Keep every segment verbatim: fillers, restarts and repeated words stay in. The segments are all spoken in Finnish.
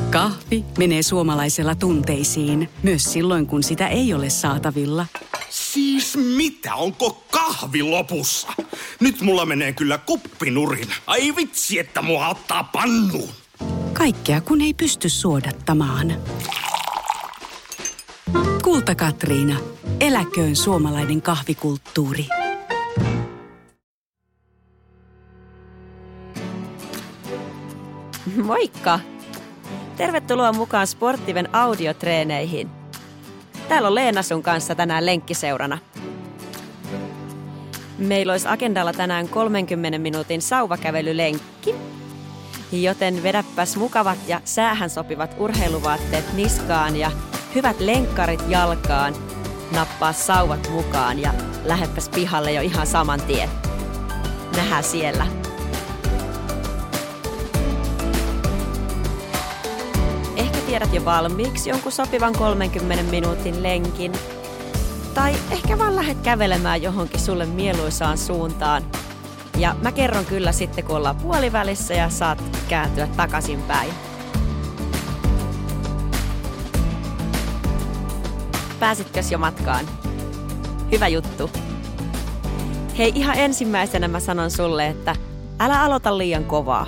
Kahvi menee suomalaisella tunteisiin, myös silloin kun sitä ei ole saatavilla. Siis mitä? Onko kahvi lopussa? Nyt mulla menee kyllä kuppinurin. Ai vitsi, että mua ottaa pannuun. Kaikkea kun ei pysty suodattamaan. Kulta Katriina. Eläköön suomalainen kahvikulttuuri. Moikka! Tervetuloa mukaan Sporttiven audiotreeneihin. Täällä on Leena sun kanssa tänään lenkkiseurana. Meillä olisi agendalla tänään kolmenkymmenen minuutin sauvakävelylenkki, joten vedäpäs mukavat ja säähän sopivat urheiluvaatteet niskaan ja hyvät lenkkarit jalkaan, nappaa sauvat mukaan ja lähdepäs pihalle jo ihan saman tien. Nähdään siellä. Ehkä tiedät jo valmiiksi jonkun sopivan kolmenkymmenen minuutin lenkin. Tai ehkä vaan lähdet kävelemään johonkin sulle mieluisaan suuntaan. Ja mä kerron kyllä sitten, kun ollaan puolivälissä ja saat kääntyä takaisinpäin. Pääsitkös jo matkaan? Hyvä juttu. Hei, ihan ensimmäisenä mä sanon sulle, että älä aloita liian kovaa.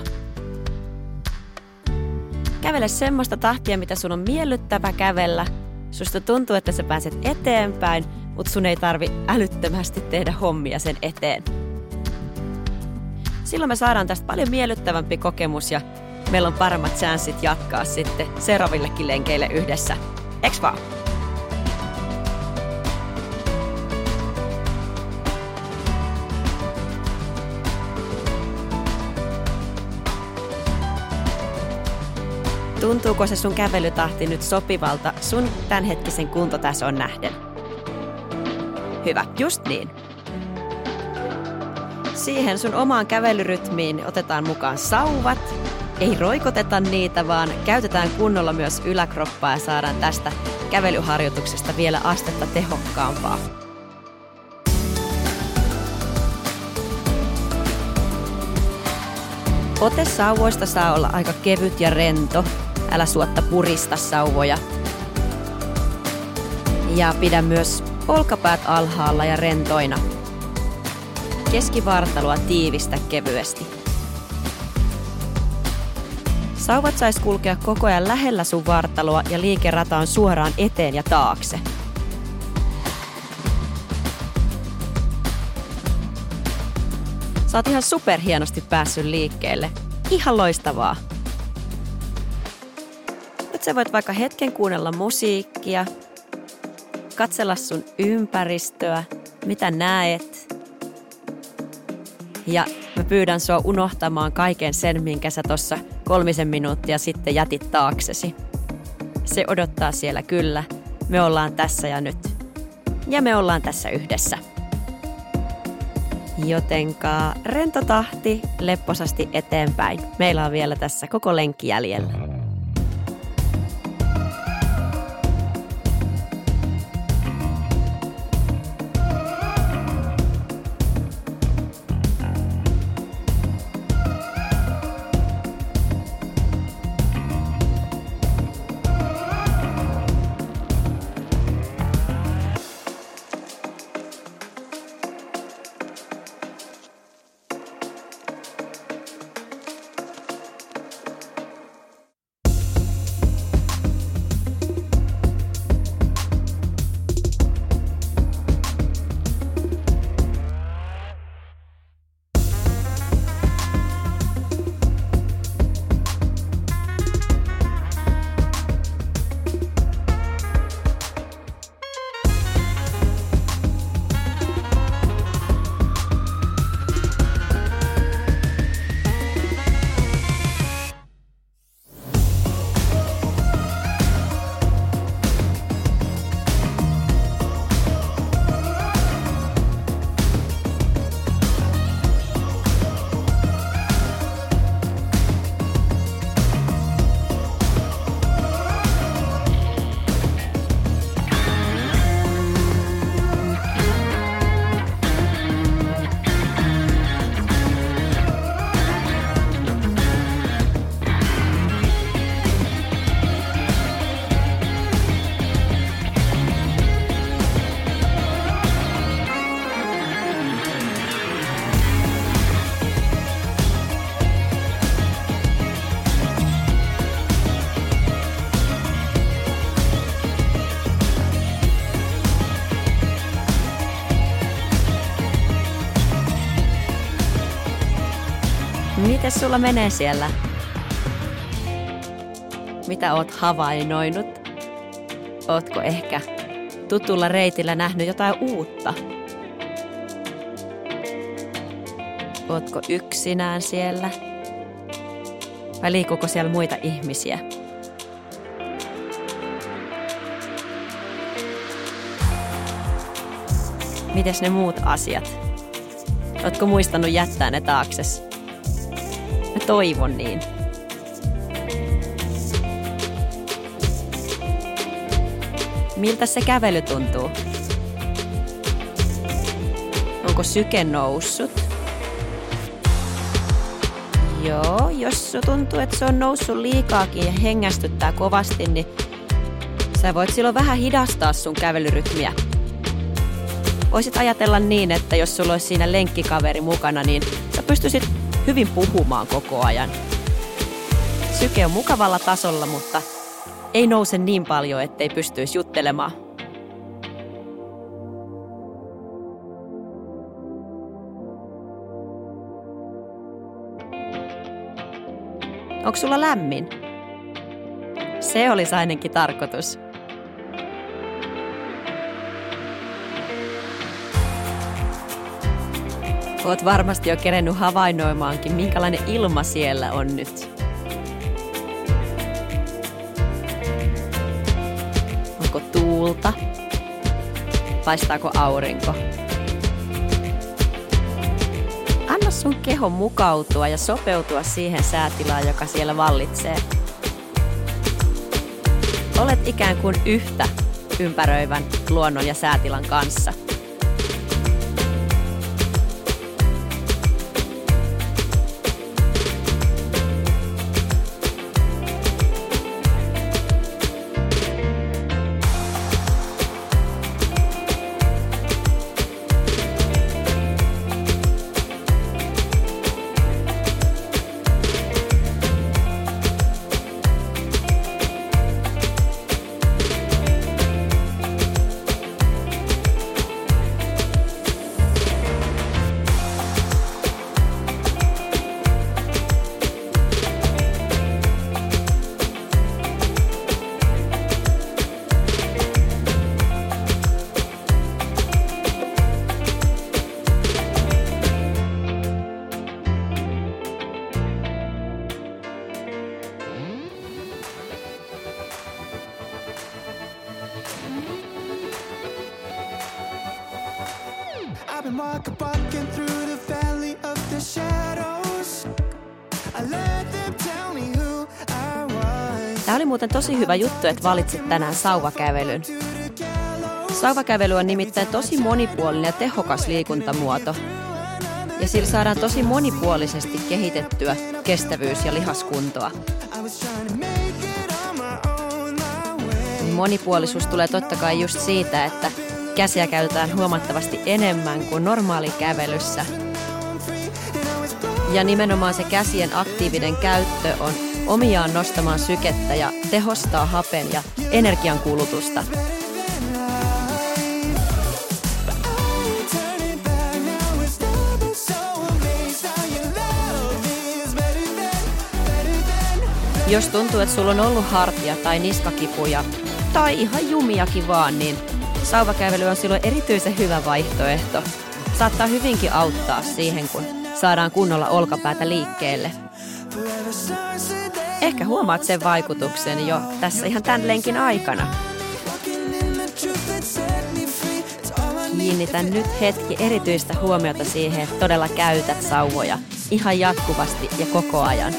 Kävele semmoista tahtia, mitä sun on miellyttävä kävellä. Susta tuntuu, että sä pääset eteenpäin, mutta sun ei tarvi älyttömästi tehdä hommia sen eteen. Silloin me saadaan tästä paljon miellyttävämpi kokemus ja meillä on paremmat chanssit jatkaa sitten seuraavillekin lenkeille yhdessä. Eiks vaan? Tuntuuko se sun kävelytahti nyt sopivalta sun tämänhetkisen kuntotason nähden? Hyvä, just niin. Siihen sun omaan kävelyrytmiin otetaan mukaan sauvat. Ei roikoteta niitä, vaan käytetään kunnolla myös yläkroppaa ja saadaan tästä kävelyharjoituksesta vielä astetta tehokkaampaa. Ote sauvoista saa olla aika kevyt ja rento. Älä suotta purista sauvoja. Ja pidä myös olkapäät alhaalla ja rentoina. Keskivartaloa tiivistä kevyesti. Sauvat sais kulkea koko ajan lähellä sun vartaloa ja liikerata on suoraan eteen ja taakse. Sä oot ihan superhienosti päässyt liikkeelle. Ihan loistavaa. Nyt sä voit vaikka hetken kuunnella musiikkia, katsella sun ympäristöä, mitä näet. Ja mä pyydän sua unohtamaan kaiken sen, minkä sä tossa kolmisen minuuttia sitten jätit taaksesi. Se odottaa siellä kyllä. Me ollaan tässä ja nyt. Ja me ollaan tässä yhdessä. Jotenka rento tahti, lepposasti eteenpäin. Meillä on vielä tässä koko lenkki jäljellä. Miten sulla menee siellä? Mitä oot havainnoinut? Ootko ehkä tutulla reitillä nähnyt jotain uutta? Ootko yksinään siellä? Vai liikuuko siellä muita ihmisiä? Mites ne muut asiat? Ootko muistanut jättää ne taakses? Mä toivon niin. Miltä se kävely tuntuu? Onko syke noussut? Joo, jos tuntuu, että se on noussut liikaakin ja hengästyttää kovasti, niin sä voit silloin vähän hidastaa sun kävelyrytmiä. Voisit ajatella niin, että jos sulla olisi siinä lenkkikaveri mukana, niin sä pystyisit hyvin puhumaan koko ajan. Syke on mukavalla tasolla, mutta ei nouse niin paljon, ettei pystyisi juttelemaan. Onko sulla lämmin? Se olisi ainakin tarkoitus. Oot varmasti jo kerennyt havainnoimaankin, minkälainen ilma siellä on nyt. Onko tuulta? Paistaako aurinko? Anna sun kehon mukautua ja sopeutua siihen säätilaan, joka siellä vallitsee. Olet ikään kuin yhtä ympäröivän luonnon ja säätilan kanssa. I've been walking, walking through the valley of the shadows. I let them tell me who I was. Tämä oli muuten tosi hyvä juttu, että valitsit tänään sauvakävelyn. Sauvakävely on nimittäin tosi monipuolinen ja tehokas liikuntamuoto. Ja sillä saadaan tosi monipuolisesti kehitettyä kestävyys- ja lihaskuntoa. Monipuolisuus tulee totta kai just siitä, että käsiä käytetään huomattavasti enemmän kuin normaali kävelyssä. Ja nimenomaan se käsien aktiivinen käyttö on omiaan nostamaan sykettä ja tehostaa hapen ja energian kulutusta. Jos tuntuu, että sulla on ollut hartia tai niskakipuja tai ihan jumiakin vaan, niin sauvakävely on silloin erityisen hyvä vaihtoehto. Saattaa hyvinkin auttaa siihen, kun saadaan kunnolla olkapäätä liikkeelle. Ehkä huomaat sen vaikutuksen jo tässä ihan tämän lenkin aikana. Kiinnitän nyt hetki erityistä huomiota siihen, että todella käytät sauvoja ihan jatkuvasti ja koko ajan.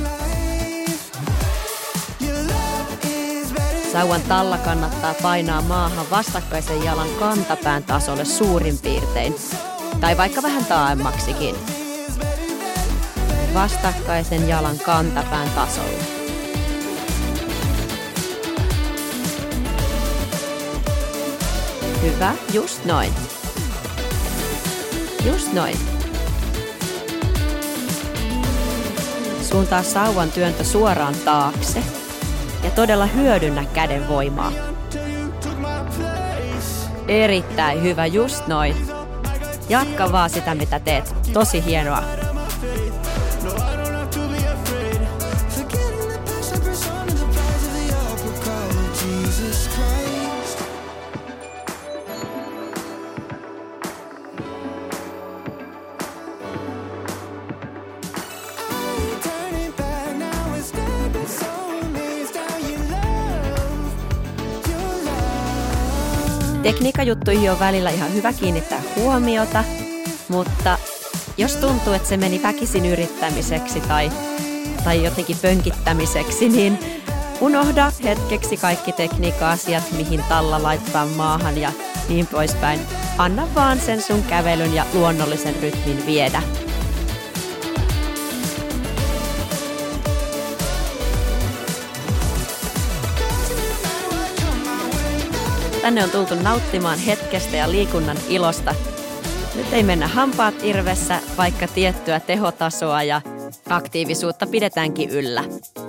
Sauvan talla kannattaa painaa maahan vastakkaisen jalan kantapään tasolle suurin piirtein, tai vaikka vähän taaemmaksikin. Vastakkaisen jalan kantapään tasolle. Hyvä, just noin. Just noin. Suuntaa sauvan työntö suoraan taakse. Ja todella hyödynnä käden voimaa. Erittäin hyvä, just noin. Jatka vaan sitä, mitä teet. Tosi hienoa. Tekniikkajuttuihin on välillä ihan hyvä kiinnittää huomiota, mutta jos tuntuu, että se meni väkisin yrittämiseksi tai, tai jotenkin pönkittämiseksi, niin unohda hetkeksi kaikki tekniikka-asiat, mihin talla laittaa maahan ja niin poispäin. Anna vaan sen sun kävelyn ja luonnollisen rytmin viedä. Tänne on tultu nauttimaan hetkestä ja liikunnan ilosta. Nyt ei mennä hampaat irvessä, vaikka tiettyä tehotasoa ja aktiivisuutta pidetäänkin yllä.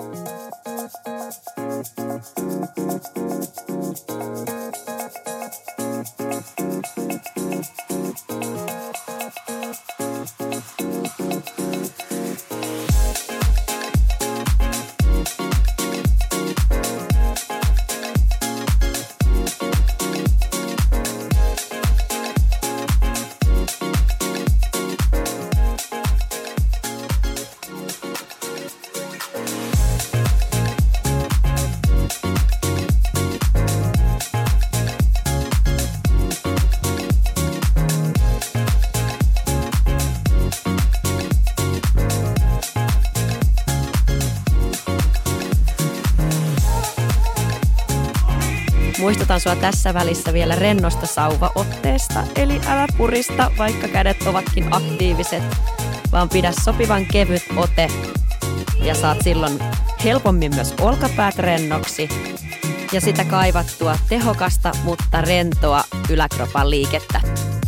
Muistutan sua tässä välissä vielä rennosta sauvaotteesta, eli älä purista, vaikka kädet ovatkin aktiiviset, vaan pidä sopivan kevyt ote ja saat silloin helpommin myös olkapäät rennoksi ja sitä kaivattua tehokasta, mutta rentoa yläkropan liikettä.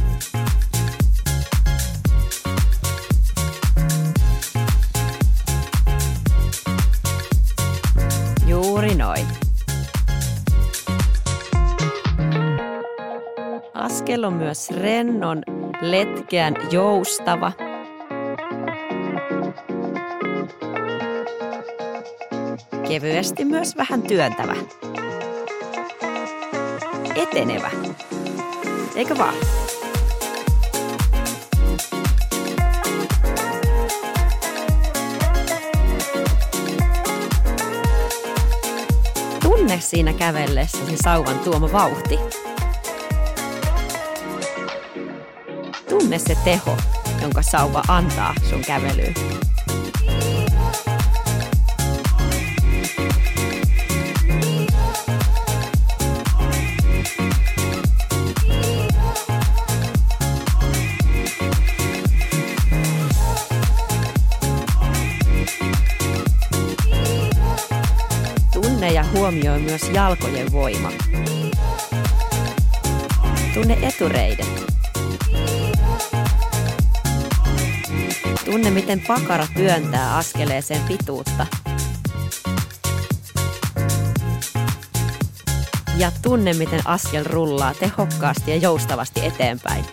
Juuri noin. Askel on myös rennon, letkeän, joustava. Kevyesti myös vähän työntävä. Etenevä. Eikö vaan? Tunne siinä kävellessäsi sauvan tuoma vauhti. Tunne se teho, jonka sauva antaa sun kävelyyn. Tunne ja huomioi myös jalkojen voima. Tunne etureidet. Tunne, miten pakara työntää askeleeseen pituutta. Ja tunne, miten askel rullaa tehokkaasti ja joustavasti eteenpäin.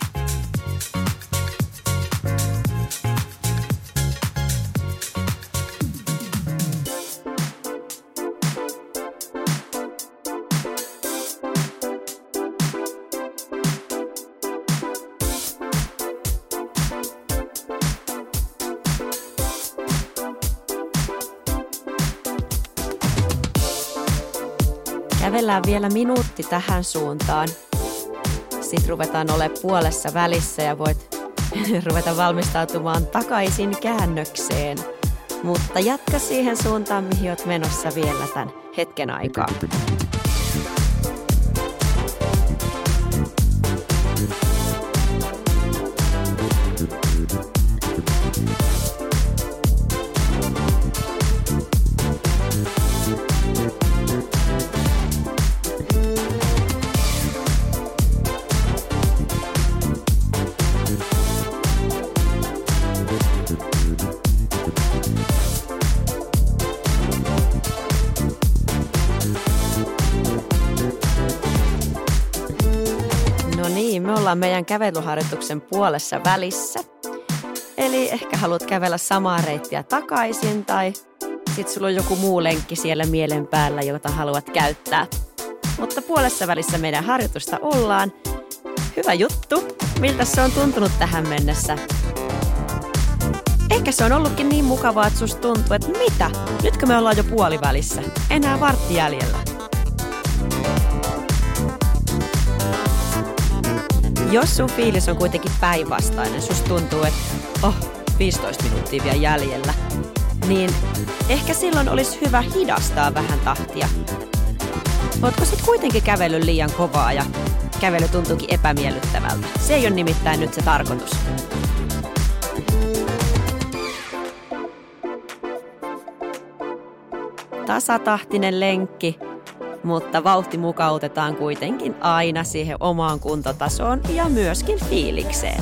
Kävellään vielä minuutti tähän suuntaan. Sitten ruvetaan olemaan puolessa välissä ja voit ruveta valmistautumaan takaisin käännökseen. Mutta jatka siihen suuntaan, mihin olet menossa vielä tämän hetken aikaa. Me ollaan meidän kävelyharjoituksen puolessa välissä. Eli ehkä haluat kävellä samaa reittiä takaisin tai sit sulla on joku muu lenkki siellä mielen päällä, jota haluat käyttää. Mutta puolessa välissä meidän harjoitusta ollaan. Hyvä juttu. Miltä se on tuntunut tähän mennessä? Ehkä se on ollutkin niin mukavaa, että susta tuntuu, että mitä? Nytkö me ollaan jo puolivälissä? Enää vartti jäljellä. Jos sun fiilis on kuitenkin päinvastainen, susta tuntuu, että oh, viisitoista minuuttia vielä jäljellä, niin ehkä silloin olisi hyvä hidastaa vähän tahtia. Ootko sit kuitenkin kävellyt liian kovaa ja kävely tuntuukin epämiellyttävältä? Se ei ole nimittäin nyt se tarkoitus. Tasatahtinen lenkki, mutta vauhti mukautetaan kuitenkin aina siihen omaan kuntotasoon ja myöskin fiilikseen.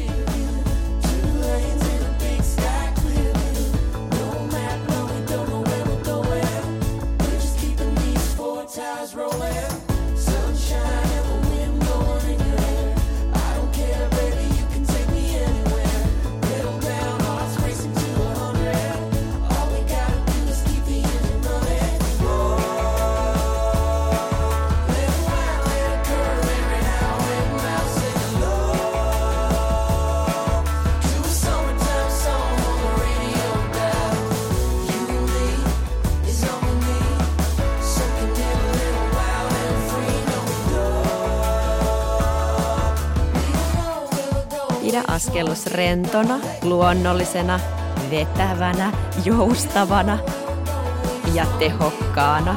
Pidä askellus rentona, luonnollisena, vetävänä, joustavana ja tehokkaana.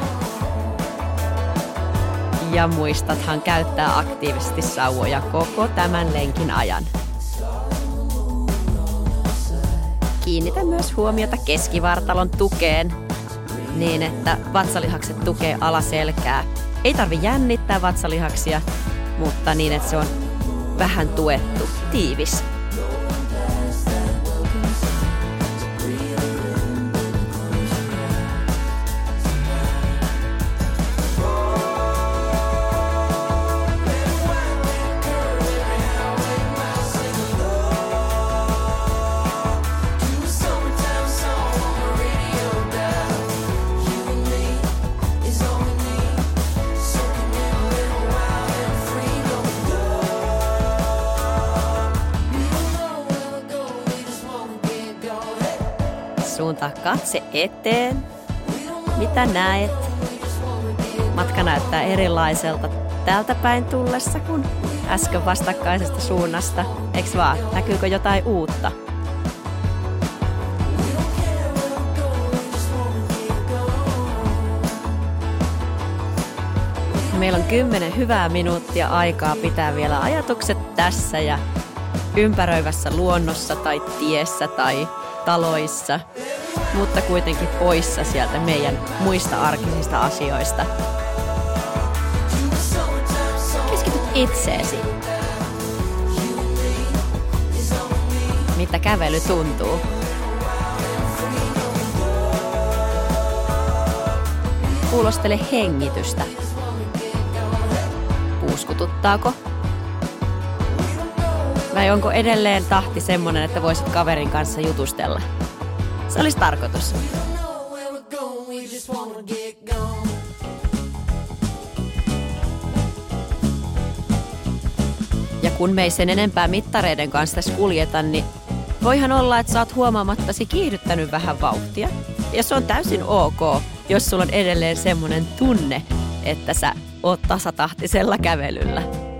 Ja muistathan käyttää aktiivisesti sauvoja koko tämän lenkin ajan. Kiinnitä myös huomiota keskivartalon tukeen, niin että vatsalihakset tukee alaselkää. Ei tarvi jännittää vatsalihaksia, mutta niin, että se on vähän tuettu, tiivis. Suuntaa katse eteen. Mitä näet? Matka näyttää erilaiselta täältä päin tullessa kuin äsken vastakkaisesta suunnasta. Eiks vaan? Näkyykö jotain uutta? Meillä on kymmenen hyvää minuuttia aikaa pitää vielä ajatukset tässä ja ympäröivässä luonnossa tai tiessä tai taloissa, mutta kuitenkin poissa sieltä meidän muista arkisista asioista. Keskityt itseesi. Mitä kävely tuntuu? Kuulostele hengitystä. Puuskututtaako? Vai onko edelleen tahti semmonen, että voisit kaverin kanssa jutustella? Se olisi tarkoitus. Ja kun me ei sen enempää mittareiden kanssa tässä kuljeta, niin voihan olla, että sä oot huomaamattasi kiihdyttänyt vähän vauhtia. Ja se on täysin ok, jos sulla on edelleen semmonen tunne, että sä oot tasatahtisella kävelyllä.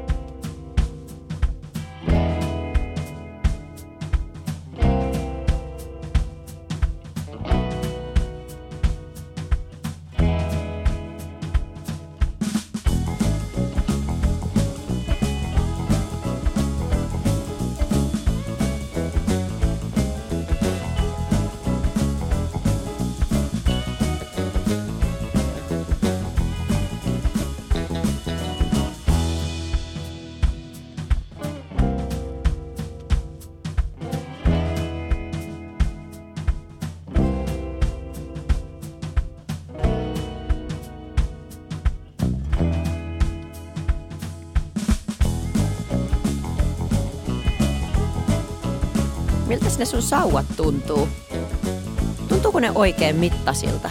Miltä ne sun sauvat tuntuu? Tuntuuko ne oikein mittasilta?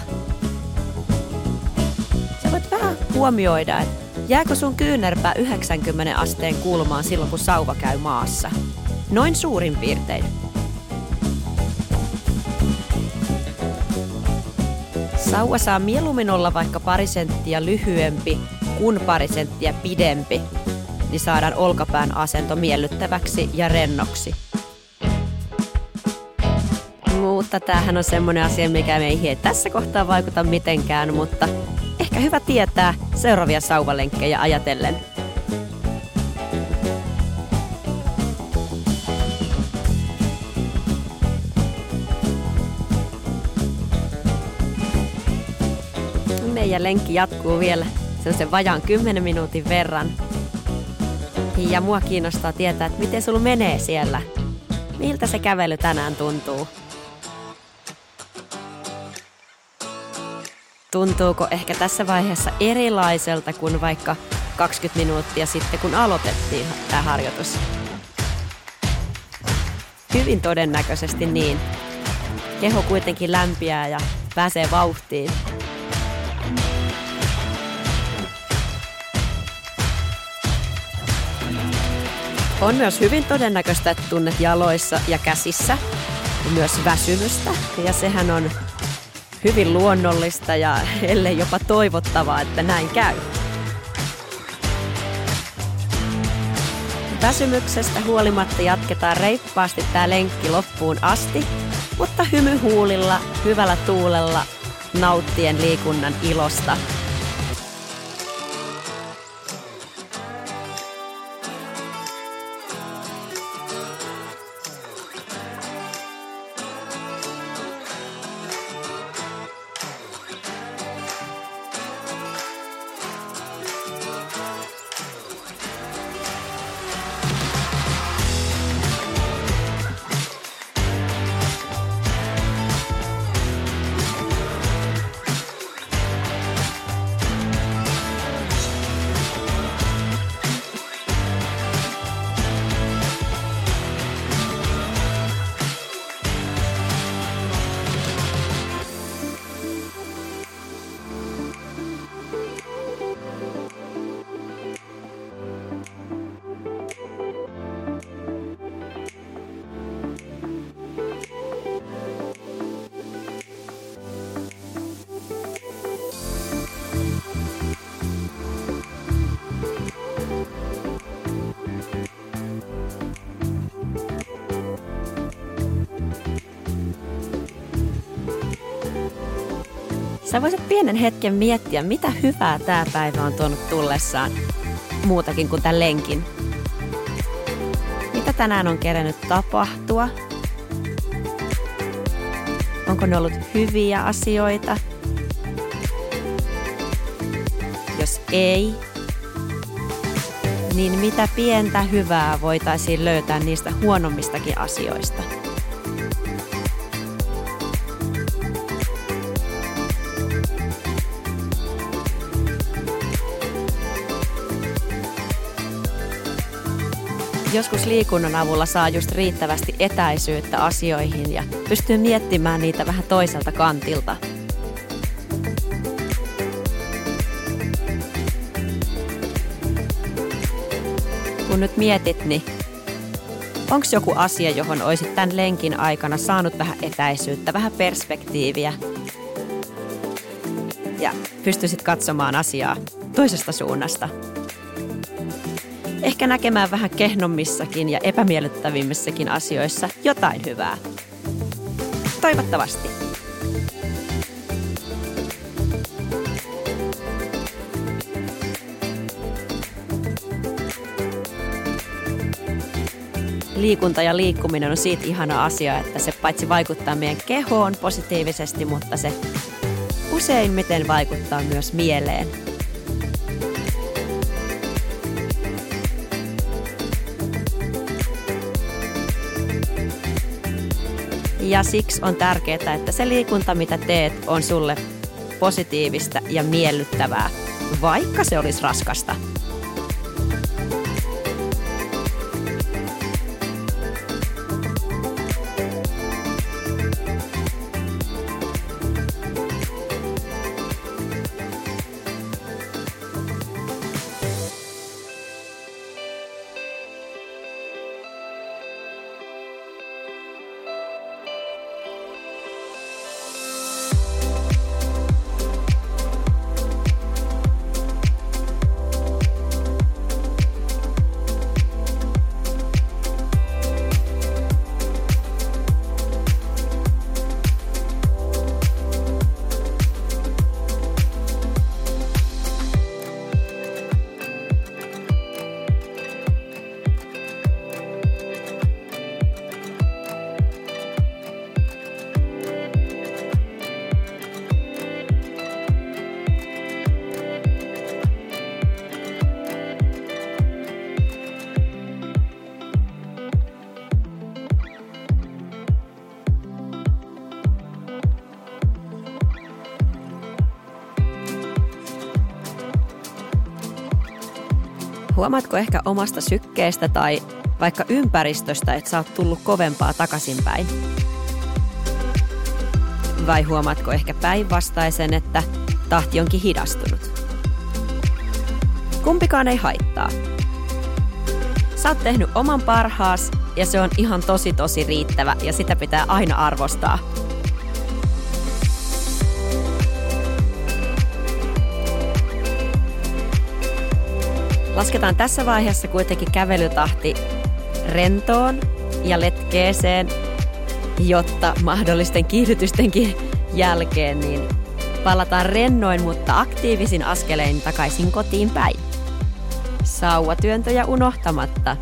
Sä voit vähän huomioida, että jääkö sun kyynärpää yhdeksänkymmentä asteen kulmaan silloin, kun sauva käy maassa. Noin suurin piirtein. Sauva saa mieluummin olla vaikka pari senttiä lyhyempi kuin pari senttiä pidempi. niin saadaan olkapään asento miellyttäväksi ja rennoksi. Mutta tämähän on semmoinen asia, mikä meihin ei tässä kohtaa vaikuta mitenkään, mutta ehkä hyvä tietää seuraavia sauvalenkkejä ajatellen. Meidän lenkki jatkuu vielä sellaisen vajaan kymmenen minuutin verran. Ja mua kiinnostaa tietää, että miten sulla menee siellä. Miltä se kävely tänään tuntuu? Tuntuuko ehkä tässä vaiheessa erilaiselta kuin vaikka kaksikymmentä minuuttia sitten, kun aloitettiin tämä harjoitus? Hyvin todennäköisesti niin. Keho kuitenkin lämpiää ja pääsee vauhtiin. On myös hyvin todennäköistä, että tunnet jaloissa ja käsissä myös väsymystä, ja sehän on hyvin luonnollista ja ellei jopa toivottavaa, että näin käy. Väsymyksestä huolimatta jatketaan reippaasti tää lenkki loppuun asti, mutta hymyhuulilla, hyvällä tuulella, nauttien liikunnan ilosta. Sä voisit pienen hetken miettiä, mitä hyvää tää päivä on tuonut tullessaan, muutakin kuin tämän lenkin. Mitä tänään on kerennyt tapahtua? Onko ne ollut hyviä asioita? Jos ei, niin mitä pientä hyvää voitaisiin löytää niistä huonommistakin asioista? Joskus liikunnan avulla saa just riittävästi etäisyyttä asioihin ja pystyy miettimään niitä vähän toiselta kantilta. Kun nyt mietit, niin onko joku asia, johon olisit tämän lenkin aikana saanut vähän etäisyyttä, vähän perspektiiviä ja pystyisit katsomaan asiaa toisesta suunnasta? Ehkä näkemään vähän kehnommissakin ja epämiellyttävimmissäkin asioissa jotain hyvää. Toivottavasti. Liikunta ja liikkuminen on siitä ihana asia, että se paitsi vaikuttaa meidän kehoon positiivisesti, mutta se useimmiten vaikuttaa myös mieleen. Ja siksi on tärkeää, että se liikunta, mitä teet, on sulle positiivista ja miellyttävää, vaikka se olisi raskasta. Huomaatko ehkä omasta sykkeestä tai vaikka ympäristöstä, että sä oot tullut kovempaa takaisinpäin? Vai huomaatko ehkä päinvastaisen, että tahti onkin hidastunut? Kumpikaan ei haittaa. Sä oot tehnyt oman parhaas ja se on ihan tosi tosi riittävä ja sitä pitää aina arvostaa. Lasketaan tässä vaiheessa kuitenkin kävelytahti rentoon ja letkeeseen, jotta mahdollisten kiihdytystenkin jälkeen niin palataan rennoin, mutta aktiivisin askelein takaisin kotiin päin. Sauvatyöntöjä unohtamatta.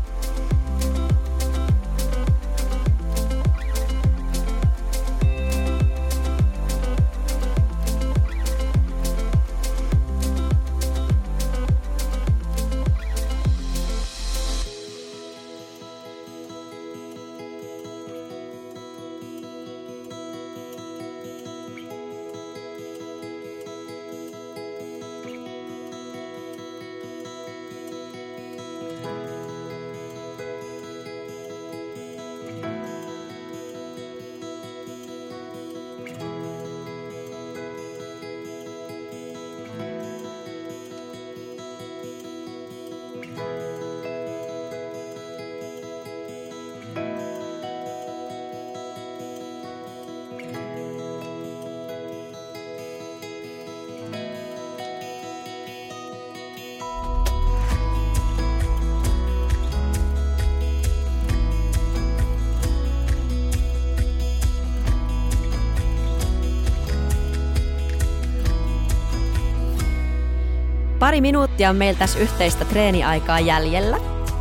Pari minuuttia on meillä tässä yhteistä treeniaikaa jäljellä.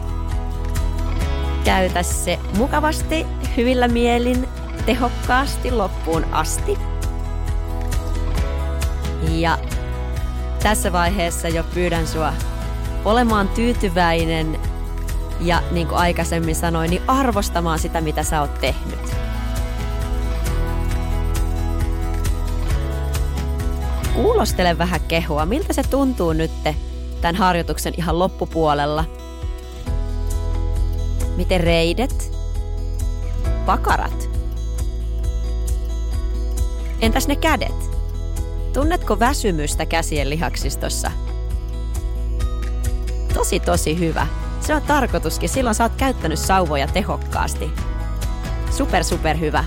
Käytä se mukavasti, hyvillä mielin, tehokkaasti loppuun asti. Ja tässä vaiheessa jo pyydän sua olemaan tyytyväinen ja niin kuin aikaisemmin sanoin, niin arvostamaan sitä, mitä sä oot tehnyt. Kuulostele vähän kehua. Miltä se tuntuu nyt tämän harjoituksen ihan loppupuolella? Miten reidet? Pakarat? Entäs ne kädet? Tunnetko väsymystä käsien lihaksistossa? Tosi tosi hyvä. Se on tarkoituskin. Silloin sä oot käyttänyt sauvoja tehokkaasti. Super super hyvä.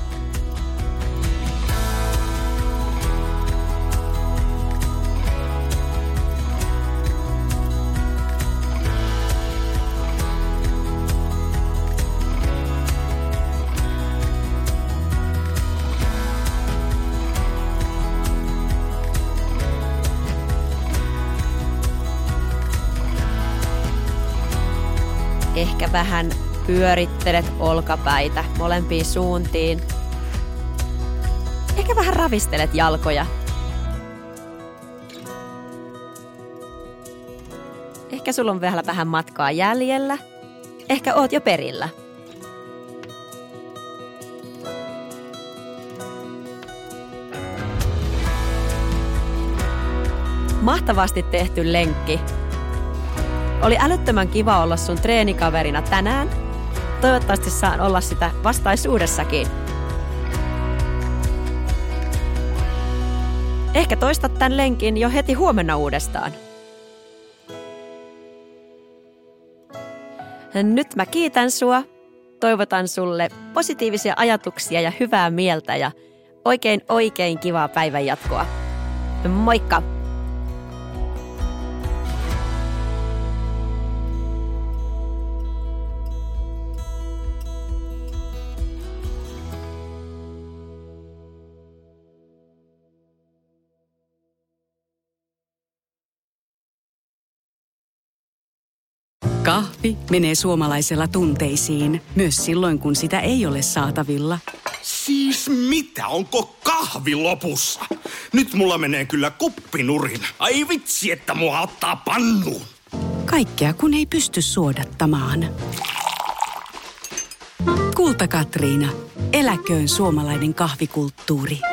Ehkä vähän pyörittelet olkapäitä molempiin suuntiin. Ehkä vähän ravistelet jalkoja. Ehkä sulla on vielä vähän matkaa jäljellä. Ehkä oot jo perillä. Mahtavasti tehty lenkki. Oli älyttömän kiva olla sun treenikaverina tänään. Toivottavasti saan olla sitä vastaisuudessakin. Ehkä toistat tämän lenkin jo heti huomenna uudestaan. Nyt mä kiitän sua. Toivotan sulle positiivisia ajatuksia ja hyvää mieltä ja oikein oikein kivaa päivän jatkoa. Moikka! Kahvi menee suomalaisella tunteisiin, myös silloin kun sitä ei ole saatavilla. Siis mitä, onko kahvi lopussa? Nyt mulla menee kyllä kuppinurin. Ai vitsi, että mua ottaa pannuun. Kaikkea kun ei pysty suodattamaan. Kulta Katriina. Eläköön suomalainen kahvikulttuuri.